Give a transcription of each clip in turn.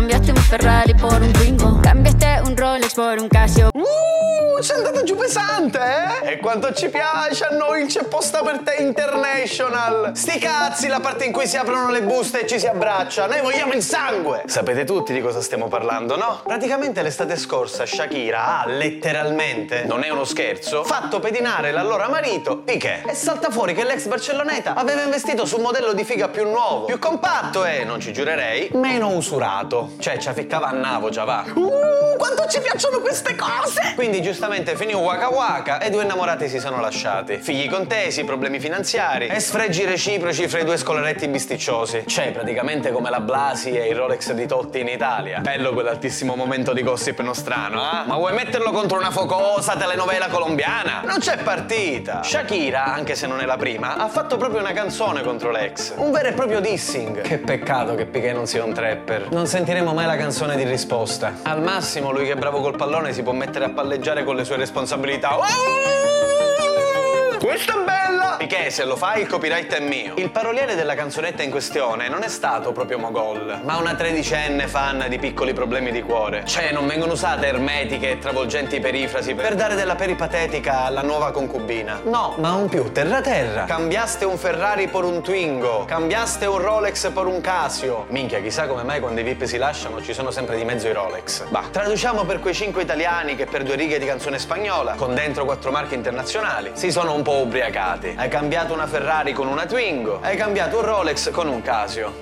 Cambiaste un Ferrari por un Twingo. Cambiaste un Rolex por un Casio. C'è andata giù pesante, eh? E quanto ci piace a noi il C'è posta per te International. Sti cazzi, la parte in cui si aprono le buste e ci si abbraccia. Noi vogliamo il sangue. Sapete tutti di cosa stiamo parlando, no? Praticamente l'estate scorsa Shakira ha letteralmente, non è uno scherzo, fatto pedinare l'allora marito Piqué. E salta fuori che l'ex barcelloneta aveva investito su un modello di figa più nuovo, più compatto e, non ci giurerei, meno usurato. Cioè, ci afficcava a navo, già va. Quanto ci piacciono queste cose! Quindi giustamente finì un waka waka e due innamorati si sono lasciati. Figli contesi, problemi finanziari e sfregi reciproci fra i due scolaretti bisticciosi. Cioè, praticamente come la Blasi e il Rolex di Totti in Italia. Bello quell'altissimo momento di gossip nostrano, eh? Ma vuoi metterlo contro una focosa telenovela colombiana? Non c'è partita! Shakira, anche se non è la prima, ha fatto proprio una canzone contro l'ex. Un vero e proprio dissing. Che peccato che Piqué non sia un trapper. Non sentiremo mai la canzone di risposta. Al massimo, lui che è bravo col pallone si può mettere a palleggiare con le sue responsabilità. Questa è bella! Piqué, se lo fai il copyright è mio. Il paroliere della canzonetta in questione non è stato proprio Mogol, ma una tredicenne fan di piccoli problemi di cuore. Cioè, non vengono usate ermetiche e travolgenti perifrasi per dare della peripatetica alla nuova concubina. No, ma un più terra-terra. Cambiaste un Ferrari por un Twingo. Cambiaste un Rolex por un Casio. Minchia, chissà come mai quando i VIP si lasciano ci sono sempre di mezzo i Rolex. Bah, traduciamo per quei 5 italiani che per 2 righe di canzone spagnola, con dentro 4 marche internazionali, si sono un po' ubriacati. Hai cambiato una Ferrari con una Twingo. Hai cambiato un Rolex con un Casio.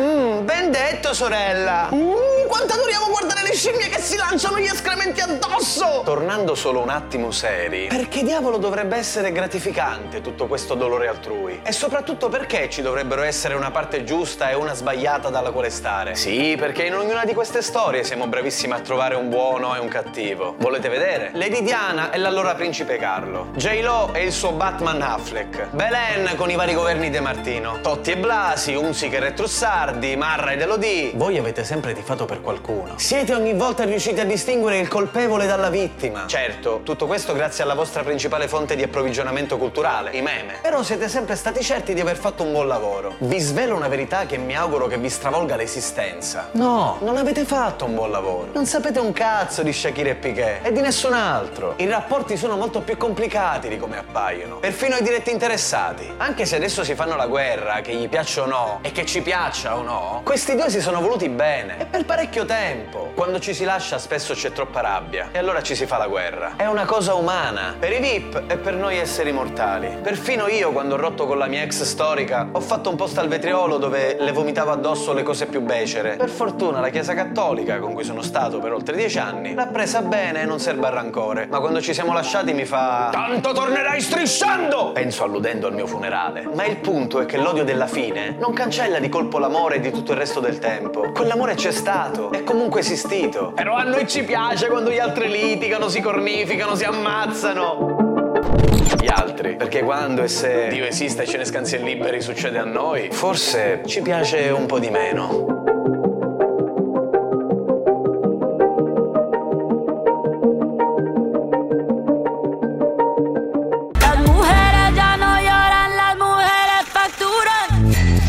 Ben detto, sorella. Quanto adoriamo guardare le scimmie che si lanciano gli escrementi addosso. Tornando solo un attimo seri, perché diavolo dovrebbe essere gratificante tutto questo dolore altrui? E soprattutto perché ci dovrebbero essere una parte giusta e una sbagliata dalla quale stare? Sì, perché in ognuna di queste storie siamo bravissimi a trovare un buono e un cattivo. Volete vedere? Lady Diana e l'allora principe Carlo. J-Lo e il suo Batman Affleck. Belen con i vari governi De Martino. Totti e Blasi, Hunziker e Trussardi, Marra ed Elodie. Voi avete sempre tifato per qualcuno. Siete ogni volta riusciti a distinguere il colpevole dalla vittima. Certo, tutto questo grazie alla vostra principale fonte di approvvigionamento culturale, i meme. Però siete sempre stati certi di aver fatto un buon lavoro. Vi svelo una verità che mi auguro che vi stravolga l'esistenza. No, non avete fatto un buon lavoro. Non sapete un cazzo di Shakira e Piqué e di nessun altro. I rapporti sono molto più complicati di come appaiono. Perfino i diretti interessati. Anche se adesso si fanno la guerra, che gli piaccia o no, e che ci piaccia o no, questi due si sono voluti bene. E per parecchio tempo. Quando ci si lascia spesso c'è troppa rabbia. E allora ci si fa la guerra. È una cosa umana. Per i VIP e per noi esseri mortali. Perfino io, quando ho rotto con la mia ex storica, ho fatto un post al vetriolo dove le vomitavo addosso le cose più becere. Per fortuna la Chiesa Cattolica, con cui sono stato per oltre 10 anni, l'ha presa bene e non serba rancore. Ma quando ci siamo lasciati mi fa: tanto tornerai strisciando! Penso alludendo al mio funerale. Ma il punto è che l'odio della fine non cancella di colpo l'amore e di tutto il resto del tempo. Quell'amore c'è stato, è comunque esistito. Però a noi ci piace quando gli altri litigano, si cornificano, si ammazzano. Gli altri, perché quando e se Dio esiste e ce ne scansi e liberi succede a noi, forse ci piace un po' di meno.